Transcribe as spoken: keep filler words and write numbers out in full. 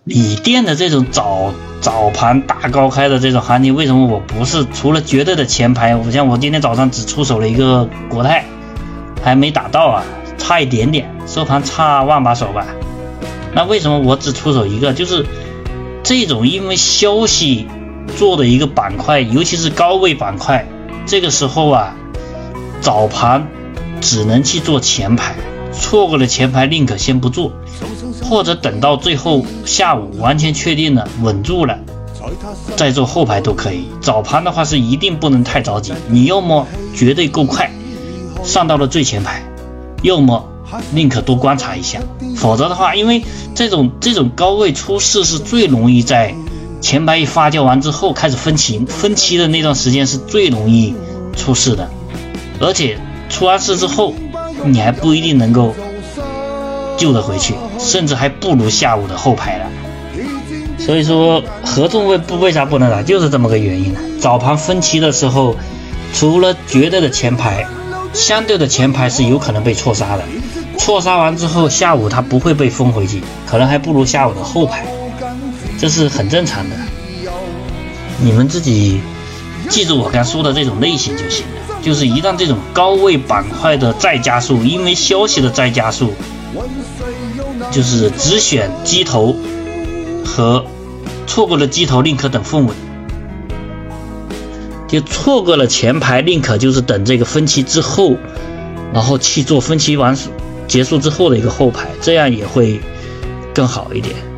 锂电的这种早早盘大高开的这种行情，为什么我不是除了绝对的前排？我像我今天早上只出手了一个国泰，还没打到啊，差一点点，收盘差万把手吧。那为什么我只出手一个？就是这种因为消息做的一个板块，尤其是高位板块，这个时候啊，早盘只能去做前排，错过了前排宁可先不做，或者等到最后下午完全确定了稳住了再做后排都可以。早盘的话是一定不能太着急，你要么绝对够快上到了最前排，要么宁可多观察一下，否则的话，因为这种这种高位出市是最容易在前排一发酵完之后开始分歧，分歧的那段时间是最容易出事的，而且出完事之后你还不一定能够救得回去，甚至还不如下午的后排了。所以说合纵位不为啥不能打，就是这么个原因。早盘分歧的时候，除了绝对的前排，相对的前排是有可能被错杀的，错杀完之后下午它不会被封回去，可能还不如下午的后排，这是很正常的。你们自己记住我刚说的这种类型就行了，就是一旦这种高位板块的再加速，因为消息的再加速，就是只选机头和错过了机头宁可等凤尾，就错过了前排宁可就是等这个分歧之后，然后去做分歧完结束之后的一个后排，这样也会更好一点。